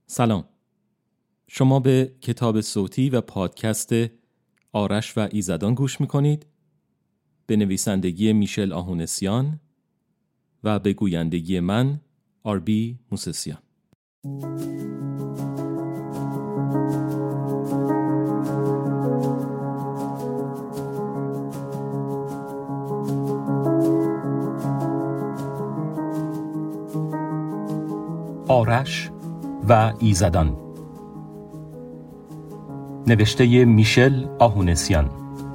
سلام. شما به کتاب صوتی و پادکست آرش و ایزدان گوش میکنید. به نویسندگی میشل آهونسیان و به گویندگی من آربی موسسیان. آرش و ایزدان، نوشته میشل آهونسیان.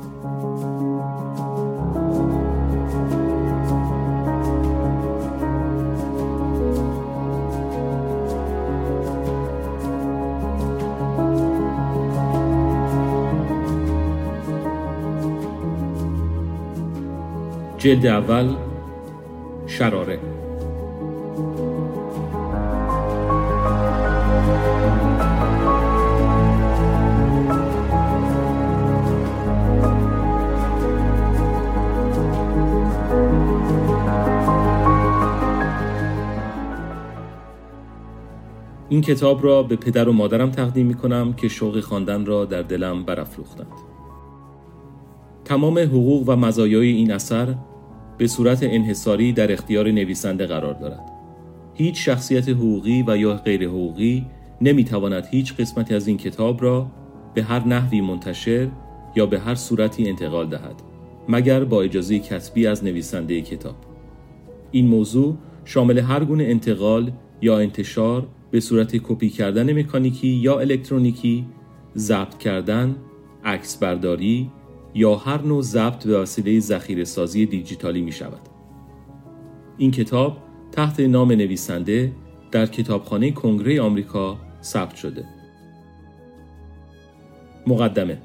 جلد اول، شراره. این کتاب را به پدر و مادرم تقدیم می کنم که شوق خواندن را در دلم برافروختند. تمام حقوق و مزایای این اثر به صورت انحصاری در اختیار نویسنده قرار دارد. هیچ شخصیت حقوقی و یا غیر حقوقی نمی تواند هیچ قسمتی از این کتاب را به هر نحوی منتشر یا به هر صورتی انتقال دهد مگر با اجازه کتبی از نویسنده کتاب. این موضوع شامل هر گونه انتقال یا انتشار به صورت کپی کردن مکانیکی یا الکترونیکی، ضبط کردن، عکس برداری یا هر نوع ضبط به وسیله ذخیره‌سازی دیجیتالی می شود. این کتاب تحت نام نویسنده در کتابخانه کنگره آمریکا ثبت شده. مقدمه.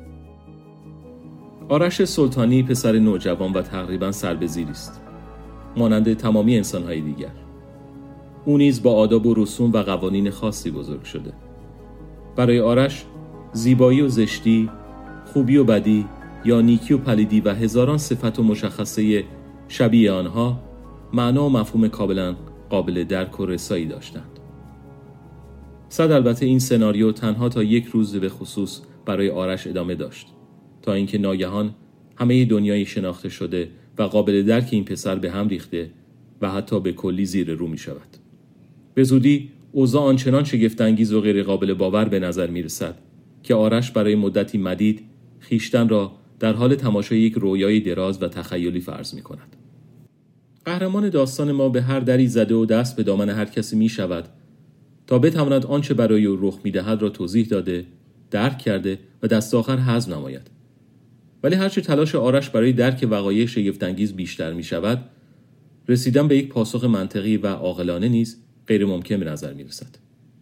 آرش سلطانی پسر نوجوان و تقریباً سربه‌زیری است، مانند تمامی انسان‌های دیگر. او نیز با آداب و رسوم و قوانین خاصی بزرگ شده. برای آرش زیبایی و زشتی، خوبی و بدی یا نیکی و پلیدی و هزاران صفت و مشخصه شبیه آنها معنا و مفهوم کاملا قابل درک و رسایی داشتند. البته این سناریو تنها تا یک روز به خصوص برای آرش ادامه داشت، تا اینکه ناگهان همه دنیای شناخته شده و قابل درک این پسر به هم ریخته و حتی به کلی زیر رو می شود. به زودی اوضاع آنچنان شگفت‌انگیز و غیر قابل باور به نظر می رسد که آرش برای مدتی مدید خیشتن را در حال تماشای یک رویای دراز و تخیلی فرض می کند. قهرمان داستان ما به هر دری زده و دست به دامن هر کسی می شود تا بتواند آنچه برای او رخ می دهد را توضیح داده، درک کرده و دست آخر هضم نماید. ولی هرچه تلاش آرش برای درک وقایع شگفت‌انگیز بیشتر می شود، رسیدن به یک پاسخ منطقی و عاقلانه نیز غیر ممکن به نظر می رسد.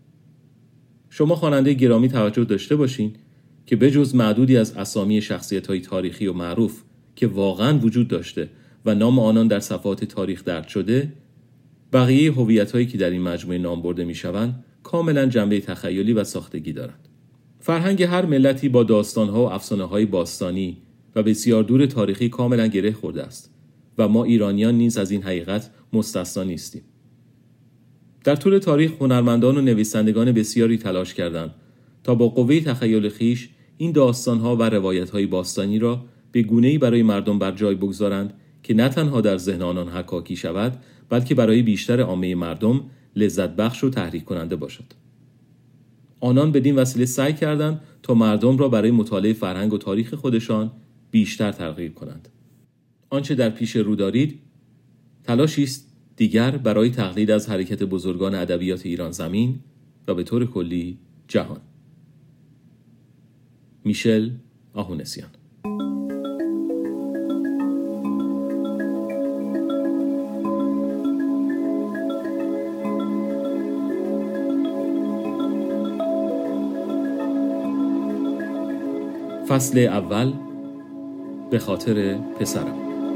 شما خواننده گرامی توجه داشته باشین که بجز معدودی از اسامی شخصیت‌های تاریخی و معروف که واقعاً وجود داشته و نام آنان در صفحات تاریخ درج شده، بقیه هویت‌هایی که در این مجموعه نام برده می‌شوند کاملاً جنبه تخیلی و ساختگی دارند. فرهنگ هر ملتی با داستان‌ها و افسانه‌های باستانی و بسیار دور تاریخی کاملاً گره خورده است و ما ایرانیان نیز از این حقیقت مستثنا نیستیم. در طول تاریخ هنرمندان و نویسندگان بسیاری تلاش کردند تا با قوه تخیل خویش این داستان‌ها و روایت‌های باستانی را به گونه‌ای برای مردم بر جای بگذارند که نه تنها در ذهن آنان حکاکی شود، بلکه برای بیشتر عامه مردم لذت بخش و تحریک کننده باشد. آنان بدین وسیله سعی کردند تا مردم را برای مطالعه فرهنگ و تاریخ خودشان بیشتر ترغیب کنند. آنچه در پیش رو دارید تلاشی است دیگر برای تقلید از حرکت بزرگان ادبیات ایران زمین و به طور کلی جهان. میشل آهونسیان. فصل اول، به خاطر پسرم.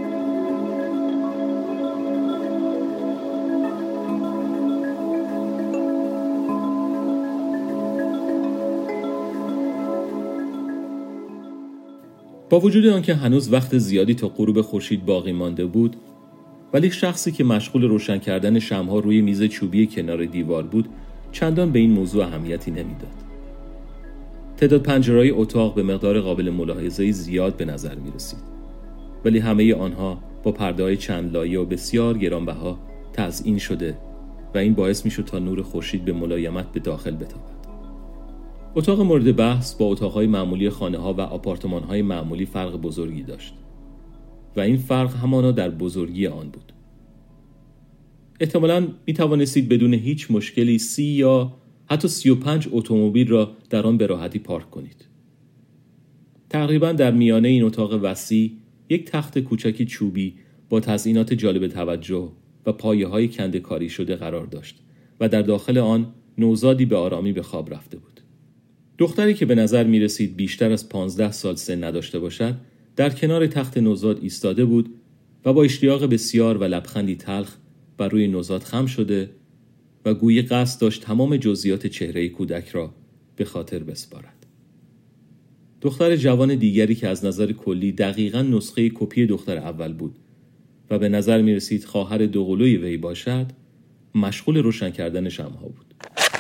با وجود آنکه هنوز وقت زیادی تا غروب خورشید باقی مانده بود، ولی شخصی که مشغول روشن کردن شمع‌ها روی میز چوبی کنار دیوار بود چندان به این موضوع اهمیتی نمیداد. تعداد پنجره‌های اتاق به مقدار قابل ملاحظه‌ای زیاد به نظر می رسید، ولی همه آنها با پرده‌های چند لایه و بسیار گرانبها تزیین شده و این باعث می شد تا نور خورشید به ملایمت به داخل بتابد. اتاق مورد بحث با اتاقهای معمولی خانه‌ها و آپارتمان‌های معمولی فرق بزرگی داشت و این فرق همانا در بزرگی آن بود. احتمالاً می توانستید بدون هیچ مشکلی 30 یا حتی 35 اتومبیل را در آن به راحتی پارک کنید. تقریباً در میانه این اتاق وسیع یک تخت کوچکی چوبی با تزیینات جالب توجه و پایه‌های کنده کاری شده قرار داشت و در داخل آن نوزادی به آرامی به خواب رفته بود. دختری که به نظر می رسید بیشتر از 15 سال سن نداشته باشد در کنار تخت نوزاد ایستاده بود و با اشتیاق بسیار و لبخندی تلخ بر روی نوزاد خم شده و گویی قصد داشت تمام جزئیات چهره کودک را به خاطر بسپارد. دختر جوان دیگری که از نظر کلی دقیقاً نسخه کپی دختر اول بود و به نظر می رسید خواهر دوقلوی وی باشد، مشغول روشن کردن شمع‌ها بود.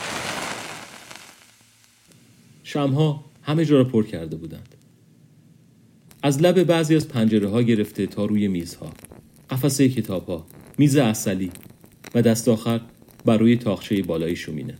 شمع‌ها همه جا را پر کرده بودند. از لب بعضی از پنجره‌ها گرفته تا روی میزها، قفسه کتاب‌ها، میز عسلی و دست آخر بر روی تاقچه بالای شومینه.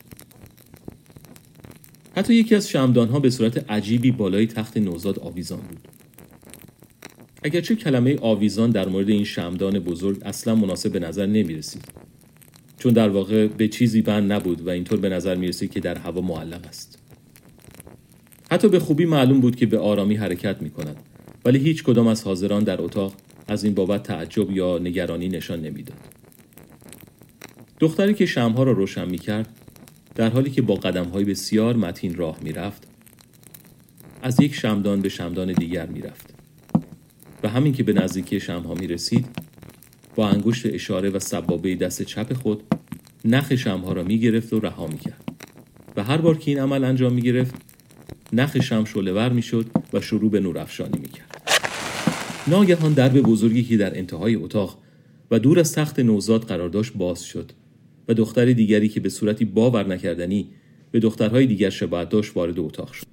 حتی یکی از شمعدان‌ها به صورت عجیبی بالای تخت نوزاد آویزان بود. اگرچه کلمه آویزان در مورد این شمعدان بزرگ اصلا مناسب به نظر نمی رسید، چون در واقع به چیزی بند نبود و اینطور به نظر می رسید که در هوا معلق است. حتی به خوبی معلوم بود که به آرامی حرکت می کند، ولی هیچ کدام از حاضران در اتاق از این بابت تعجب یا نگرانی نشان نمیداد. دختری که شمع‌ها را روشن می کرد، در حالی که با قدم‌های بسیار متین راه می رفت، از یک شمعدان به شمعدان دیگر می رفت و همین که به نزدیکی شمع‌ها می رسید، با انگشت اشاره و سبابه دست چپ خود نخ شمع‌ها را می گرفت و رها می کرد و هر بار که این عمل انجام می گرفت، نخ شمع شعله‌ور می شد و شروع به نورافشانی می کرد. ناگهان درب بزرگی که در انتهای اتاق و دور از تخت نوزاد قرار داشت باز شد و دختر دیگری که به صورتی باور نکردنی به دخترهای دیگر شباهت داشت وارد اتاق شد.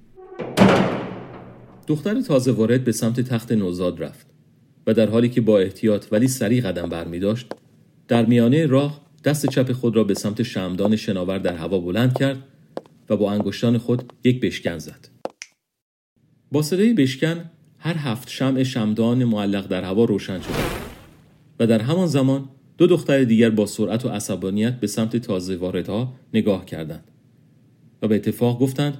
دختر تازه وارد به سمت تخت نوزاد رفت و در حالی که با احتیاط ولی سریع قدم برمی داشت، در میانه راه دست چپ خود را به سمت شمعدان شناور در هوا بلند کرد و با انگشتان خود یک بشکن زد. با صدای بشکن هر 7 شمع شمعدان معلق در هوا روشن شد و در همان زمان 2 دختر دیگر با سرعت و عصبانیت به سمت تازه واردها نگاه کردند و به اتفاق گفتند: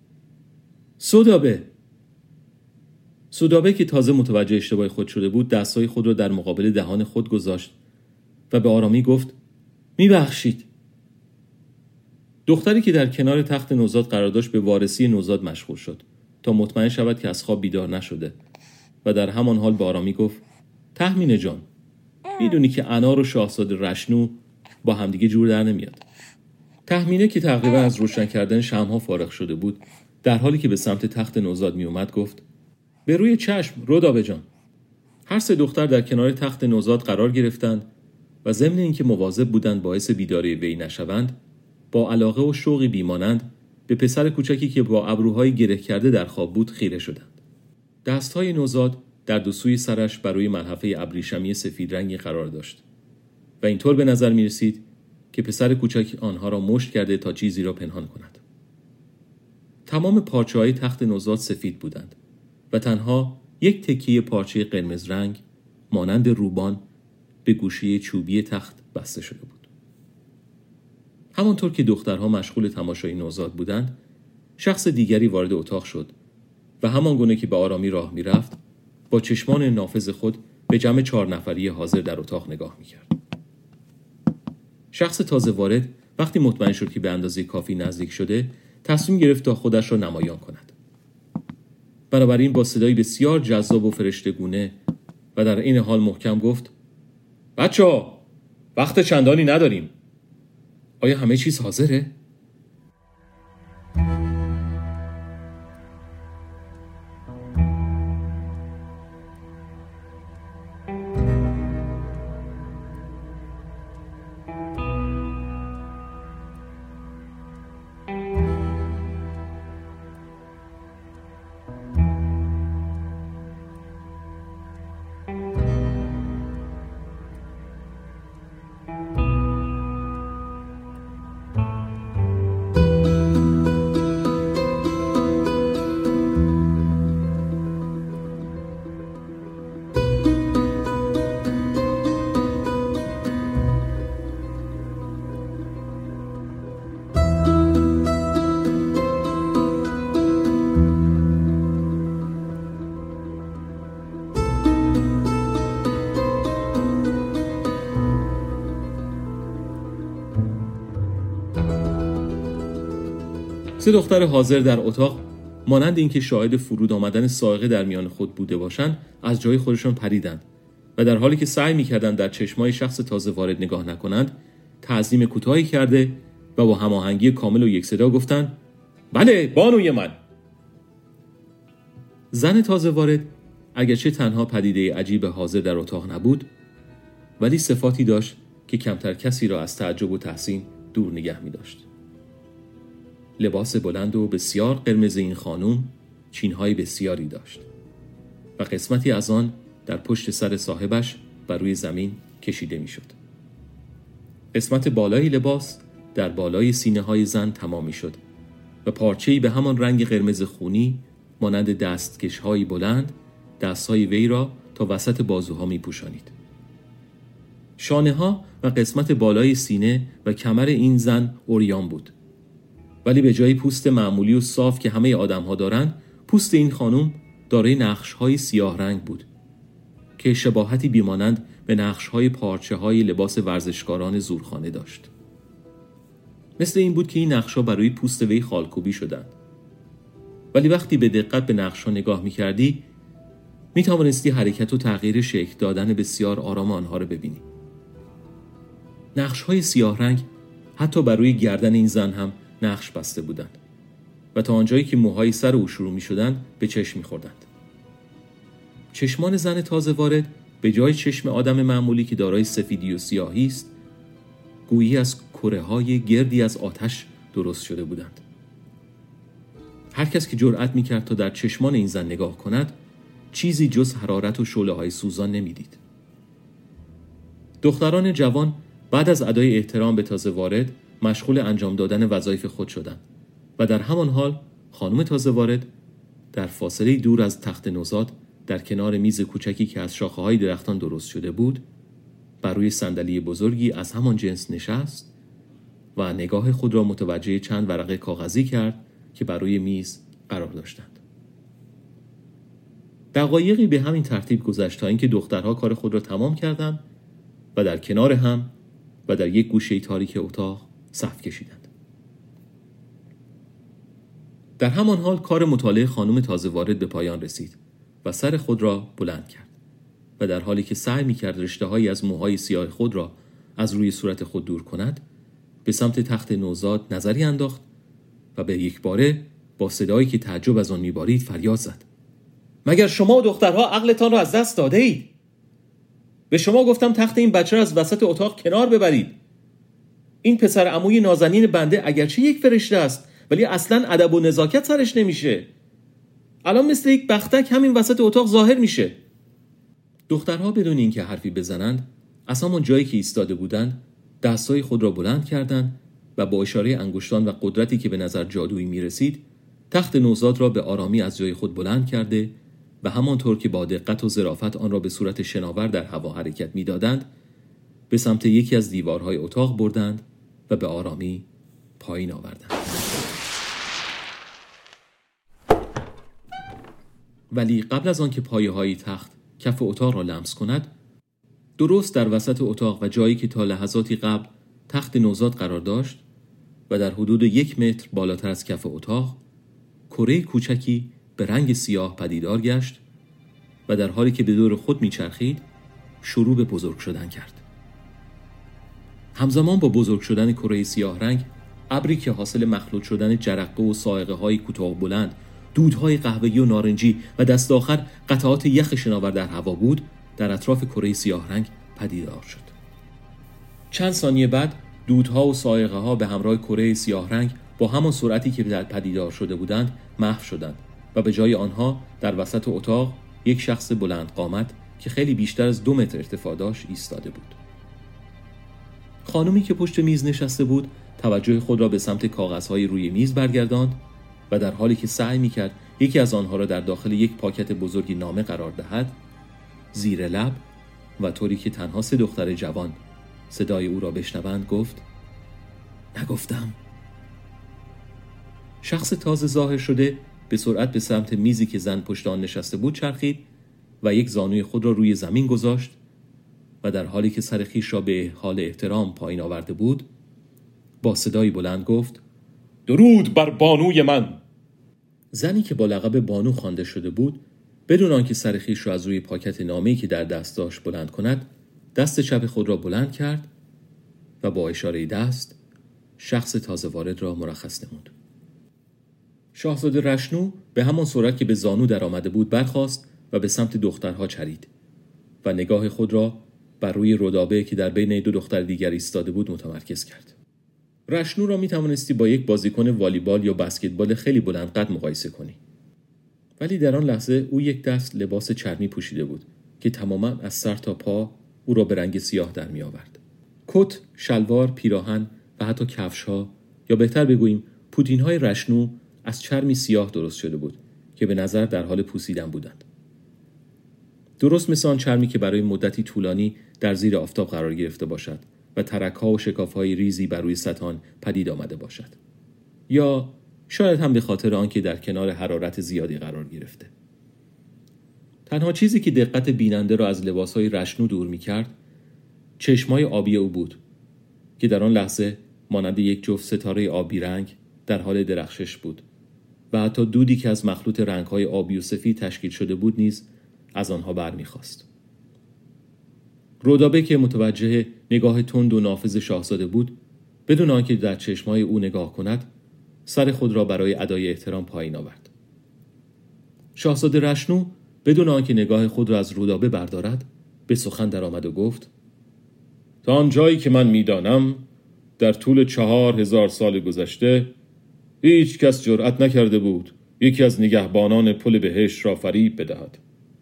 سودابه که تازه متوجه اشتباه خود شده بود دستای خود را در مقابل دهان خود گذاشت و به آرامی گفت: میبخشید. دختری که در کنار تخت نوزاد قرار داشت به وارسی نوزاد مشغول شد تا مطمئن شود که از خواب بیدار نشده و در همان حال به آرامی گفت: تهمینه جان، میدونی که انار و شاهزاده رشنو با همدیگه جور در نمیاد. تهمینه که تقریبا از روشن کردن شمع‌ها فارغ شده بود، در حالی که به سمت تخت نوزاد می اومد گفت: به روی چشم رودابه جان. هر 3 دختر در کنار تخت نوزاد قرار گرفتند و ضمن اینکه مواظب بودند باعث بیداری وی نشوند، با علاقه و شوقی بیمانند به پسر کوچکی که با ابروهای گره کرده در خواب بود خیره شدند. دستهای نوزاد در دو سوی سرش بر روی ملحفه ابریشمی سفید رنگی قرار داشت و اینطور به نظر می رسید که پسر کوچک آنها را مشت کرده تا چیزی را پنهان کند. تمام پارچه‌های تخت نوزاد سفید بودند و تنها یک تکیه پارچه قرمز رنگ مانند روبان به گوشه چوبی تخت بسته شده بود. همانطور که دخترها مشغول تماشای نوزاد بودند، شخص دیگری وارد اتاق شد و همان گونه که به آرامی راه می رفت، با چشمان نافذ خود به جمع 4 نفری حاضر در اتاق نگاه می کرد. شخص تازه وارد وقتی مطمئن شد که به اندازه کافی نزدیک شده، تصمیم گرفت تا خودش را نمایان کند. بنابراین با صدای بسیار جذاب و فرشته‌گونه و در این حال محکم گفت: بچه‌ها، وقت چندانی نداریم. آیا همه چیز حاضره؟ سه دختر حاضر در اتاق مانند اینکه شاهد فرود آمدن صاعقه در میان خود بوده باشند از جای خودشان پریدند و در حالی که سعی می‌کردند در چشمای شخص تازه وارد نگاه نکنند تعظیم کوتاهی کرده و با هماهنگی کامل و یک صدا گفتند: بله بانوی من. زن تازه وارد اگرچه تنها پدیده عجیب حاضر در اتاق نبود، ولی صفاتی داشت که کمتر کسی را از تعجب و تحسین دور نگه می داشت. لباس بلند و بسیار قرمز این خانم چینهای بسیاری داشت و قسمتی از آن در پشت سر صاحبش بر روی زمین کشیده می شد. قسمت بالای لباس در بالای سینه های زن تمام می شد و پارچه‌ای به همان رنگ قرمز خونی مانند دستکش های بلند دستهای وی را تا وسط بازوها می پوشانید. شانه ها و قسمت بالای سینه و کمر این زن عریان بود، ولی به جای پوست معمولی و صاف که همه آدم ها دارند، پوست این خانم دارای نقش های سیاه رنگ بود که شباهتی بیمانند به نقش های پارچه های لباس ورزشکاران زورخانه داشت. مثل این بود که این نقش ها برای پوست وی خالکوبی شدند، ولی وقتی به دقت به نقش ها نگاه می کردی می توانستی حرکت و تغییر شکل دادن بسیار آرام آنها را ببینی. نقش های سیاه رنگ حتی بر روی گردن این زن هم نقش بسته بودند و تا آنجایی که موهای سر او شروع می شدند به چشم می خوردند. چشمان زن تازه وارد به جای چشم آدم معمولی که دارای سفیدی و سیاهی است، گویی از کره های گردی از آتش درست شده بودند. هر کس که جرأت می کرد تا در چشمان این زن نگاه کند، چیزی جز حرارت و شعله های سوزان نمی دید. دختران جوان بعد از ادای احترام به تازه وارد مشغول انجام دادن وظایف خود شدند و در همان حال خانم تازه وارد در فاصله دور از تخت نوزاد در کنار میز کوچکی که از شاخه‌های درختان درست شده بود بر روی صندلی بزرگی از همان جنس نشست و نگاه خود را متوجه چند ورقه کاغذی کرد که بر روی میز قرار داشتند. دقایقی به همین ترتیب گذشت تا اینکه دخترها کار خود را تمام کردند و در کنار هم و در یک گوشه تاریک اتاق صف کشیدند. در همان حال کار مطالعه خانم تازه وارد به پایان رسید و سر خود را بلند کرد و در حالی که سعی می‌کرد رشته‌هایی از موهای سیاه خود را از روی صورت خود دور کند، به سمت تخت نوزاد نظری انداخت و به یک باره با صدایی که تعجب از آن می‌بارید فریاد زد: مگر شما دخترها عقلتان را از دست داده اید؟ به شما گفتم تخت این بچه را از وسط اتاق کنار ببرید. این پسر عموی نازنین بنده اگرچه یک فرشته است، ولی اصلاً ادب و نزاکت سرش نمیشه. الان مثل یک بختک همین وسط اتاق ظاهر میشه. دخترها بدون اینکه حرفی بزنند از همان جایی که ایستاده بودند دستای خود را بلند کردند و با اشاره انگشتان و قدرتی که به نظر جادویی میرسید تخت نوزاد را به آرامی از جای خود بلند کرده و همانطور که با دقت و ظرافت آن را به صورت شناور در هوا حرکت میدادند به سمت یکی از دیوارهای اتاق بردند و به آرامی پایین آوردند. ولی قبل از آن که پایه‌های تخت کف اتاق را لمس کند، درست در وسط اتاق و جایی که تا لحظاتی قبل تخت نوزاد قرار داشت و در حدود 1 متر بالاتر از کف اتاق، کره کوچکی به رنگ سیاه پدیدار گشت و در حالی که به دور خود میچرخید شروع به بزرگ شدن کرد. همزمان با بزرگ شدن کره سیاه رنگ، ابری که حاصل مخلوط شدن جرقه و صاعقه های کوتاه بلند، دودهای قهوه‌ای و نارنجی و دست آخر قطعات یخ شناور در هوا بود، در اطراف کره سیاه رنگ پدیدار شد. چند ثانیه بعد دودها و صاعقه ها به همراه کره سیاه رنگ با همان سرعتی که پدیدار شده بودند محو شدند و به جای آنها در وسط اتاق یک شخص بلند قامت که خیلی بیشتر از 2 متر ارتفاع داشت ایستاده بود. خانمی که پشت میز نشسته بود توجه خود را به سمت کاغذهای روی میز برگرداند و در حالی که سعی می‌کرد یکی از آنها را در داخل یک پاکت بزرگی نامه قرار دهد، زیر لب و طوری که تنها 3 دختر جوان صدای او را بشنوند گفت: نگفتم. شخص تازه ظاهر شده به سرعت به سمت میزی که زن پشت آن نشسته بود چرخید و یک زانوی خود را روی زمین گذاشت و در حالی که سر خویش را به حال احترام پایین آورده بود با صدای بلند گفت: درود بر بانوی من. زنی که با لقب بانو خوانده شده بود بدون آنکه سر خویش را از روی پاکت نامه‌ای که در دست داشت بلند کند، دست چپ خود را بلند کرد و با اشاره دست شخص تازه وارد را مرخص نمود. شاهزاده رشنو به همان سرعت که به زانو در آمده بود برخاست و به سمت دخترها چرید و نگاه خود را بر روی رودابه که در بین دو دختر دیگر ایستاده بود متمرکز کرد. رشنو را می توانستی با یک بازیکن والیبال یا بسکتبال خیلی بلند قد مقایسه کنی. ولی در آن لحظه او یک دست لباس چرمی پوشیده بود که تماما از سر تا پا او را به رنگ سیاه در می آورد. کت، شلوار، پیراهن و حتی کفش‌ها یا بهتر بگوییم پوتین‌های رشنو از چرمی سیاه درست شده بود که به نظر در حال پوسیدن بودند. درست مثل آن چرمی که برای مدتی طولانی در زیر آفتاب قرار گرفته باشد و ترک‌ها و شکاف‌های ریزی بر روی ستان پدید آمده باشد. یا شاید هم به خاطر آنکه در کنار حرارت زیادی قرار گرفته. تنها چیزی که دقت بیننده را از لباس‌های رشنو دور می‌کرد، چشمای آبی او بود که در آن لحظه مانند یک جفت ستاره آبی رنگ در حال درخشش بود و حتی دودی که از مخلوط رنگ‌های آبی و سفید تشکیل شده بود نیز از آنها برمی‌خاست. رودابه که متوجه نگاه تند و نافذ شاهزاده بود، بدون آنکه در چشمای او نگاه کند، سر خود را برای ادای احترام پایین آورد. شاهزاده رشنو بدون آنکه نگاه خود را از رودابه بردارد، به سخن درآمد و گفت: تا آنجایی که من می‌دانم، در طول 4000 سال گذشته هیچ کس جرأت نکرده بود یکی از نگهبانان پل بهشت را فریب بدهد.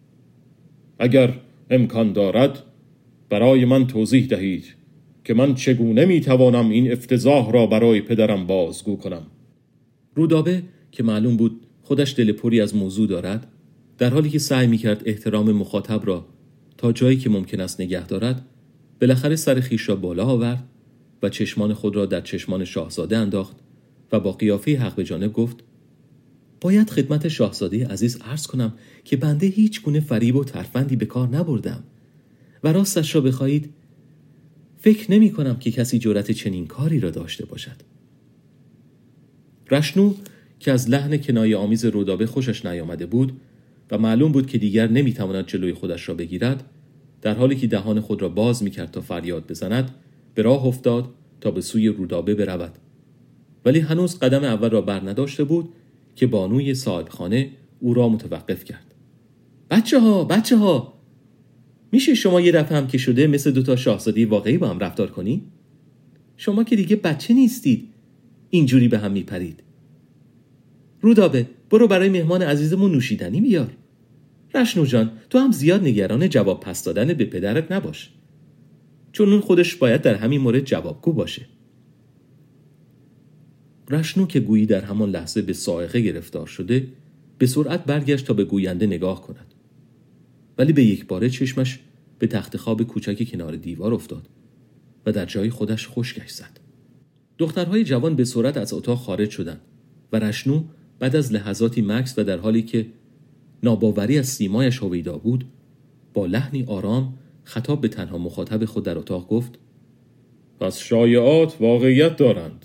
اگر امکان دارد برای من توضیح دهید که من چگونه میتوانم این افتضاح را برای پدرم بازگو کنم. رودابه که معلوم بود خودش دل پری از موضوع دارد، در حالی که سعی میکرد احترام مخاطب را تا جایی که ممکن است نگه دارد، بالاخره سر خویش را بالا آورد و چشمان خود را در چشمان شاهزاده انداخت و با قیافه حق به جانب گفت: باید خدمت شاهزاده عزیز عرض کنم که بنده هیچ گونه فریب و ترفندی به کار نبردم و راستش را بخواهید فکر نمی کنم که کسی جرأت چنین کاری را داشته باشد. رشنو که از لحن کنایه آمیز رودابه خوشش نیامده بود و معلوم بود که دیگر نمی تواند جلوی خودش را بگیرد، در حالی که دهان خود را باز می کرد تا فریاد بزند، به راه افتاد تا به سوی رودابه برود. ولی هنوز قدم اول را بر نداشته بود که بانوی صاحب خانه او را متوقف کرد. بچه ها میشه شما یه دفعه هم که شده مثل دوتا شاهزاده واقعی با هم رفتار کنی؟ شما که دیگه بچه نیستید اینجوری به هم میپرید. رودابه برو برای مهمان عزیزمون نوشیدنی بیار. رشنو جان تو هم زیاد نگران جواب پس دادن به پدرت نباش، چون اون خودش باید در همین مورد جوابگو باشه. رشنو که گویی در همان لحظه به صاعقه گرفتار شده، به سرعت برگشت تا به گوینده نگاه کند. ولی به یک باره چشمش به تخت خواب کوچکی کنار دیوار افتاد و در جای خودش خشکش زد. دخترهای جوان به سرعت از اتاق خارج شدند و رشنو بعد از لحظاتی مکث و در حالی که ناباوری از سیمایش هویدا بود، با لحنی آرام خطاب به تنها مخاطب خود در اتاق گفت: پس شایعات واقعیت دارند.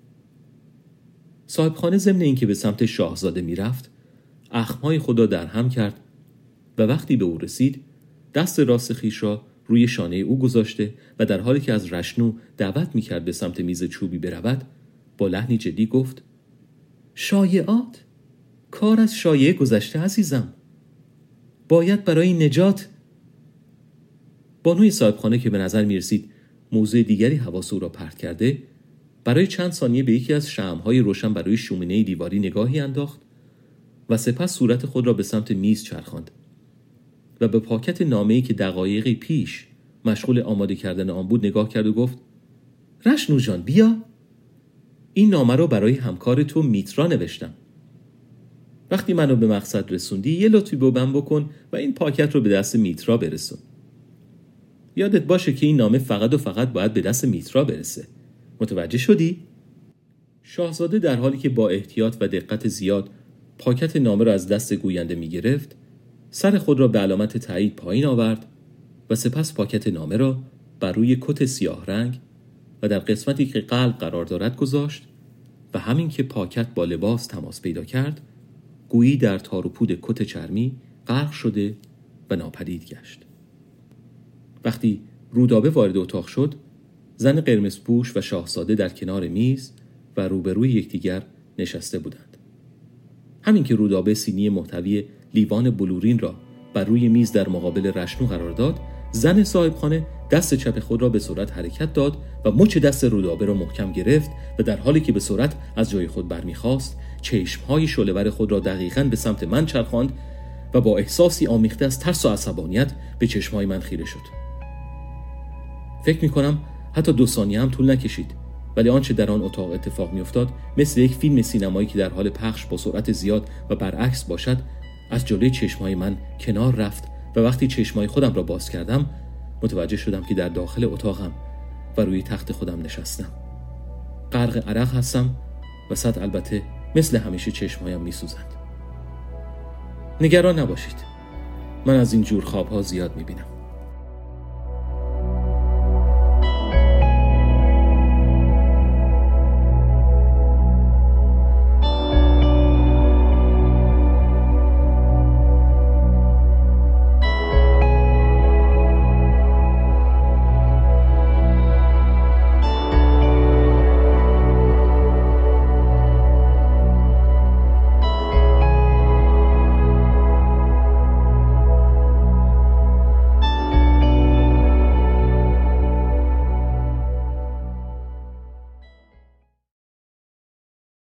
صاحبخانه ضمن اینکه به سمت شاهزاده میرفت، اخمهای خود را در هم کرد و وقتی به او رسید، دست راست خویش را روی شانه او گذاشته و در حالی که از رشنو دعوت میکرد به سمت میز چوبی برود، با لحنی جدی گفت: شایعات؟ کار از شایعه گذشته عزیزم. باید برای نجات. بانوی صاحبخانه که به نظر میرسید موضوع دیگری حواس او را پرت کرده، برای چند ثانیه به یکی از شمع‌های روشن برای شومینه دیواری نگاهی انداخت و سپس صورت خود را به سمت میز چرخاند و به پاکت نامه‌ای که دقایقی پیش مشغول آماده کردن آن بود نگاه کرد و گفت: رشنو جان بیا، این نامه رو برای همکار تو میترا نوشتم. وقتی منو به مقصد رسوندی یه لطفی به من بکن و این پاکت رو به دست میترا برسون. یادت باشه که این نامه فقط و فقط باید به دست میترا برسه. متوجه شدی؟ شاهزاده در حالی که با احتیاط و دقت زیاد پاکت نامه را از دست گوینده می گرفت، سر خود را به علامت تایید پایین آورد و سپس پاکت نامه را بر روی کت سیاه رنگ و در قسمتی که قلب قرار دارد گذاشت و همین که پاکت با لباس تماس پیدا کرد گویی در تار و پود کت چرمی غرق شده و ناپدید گشت. وقتی رودابه وارد اتاق شد، زن قرمز پوش و شاهزاده در کنار میز و روبروی یکدیگر نشسته بودند. همین که رودابه سینی محتوی لیوان بلورین را بر روی میز در مقابل رشنو قرار داد، زن صاحبخانه دست چپ خود را به سرعت حرکت داد و مچ دست رودابه را محکم گرفت و در حالی که به سرعت از جای خود برمیخاست، چشمهای شعله‌ور خود را دقیقاً به سمت من چرخاند و با احساسی آمیخته از ترس و عصبانیت به چشمهای من خیره شد. فکر می‌کنم حتی 2 ثانیه هم طول نکشید، ولی آنچه در آن اتاق اتفاق می‌افتاد مثل یک فیلم سینمایی که در حال پخش با سرعت زیاد و برعکس باشد از جلوی چشمهای من کنار رفت و وقتی چشمهای خودم را باز کردم متوجه شدم که در داخل اتاقم و روی تخت خودم نشستم. غرق عرق هستم و صد البته مثل همیشه چشمهایم می‌سوزند. نگران نباشید، من از این جور خواب‌ها زیاد می‌بینم.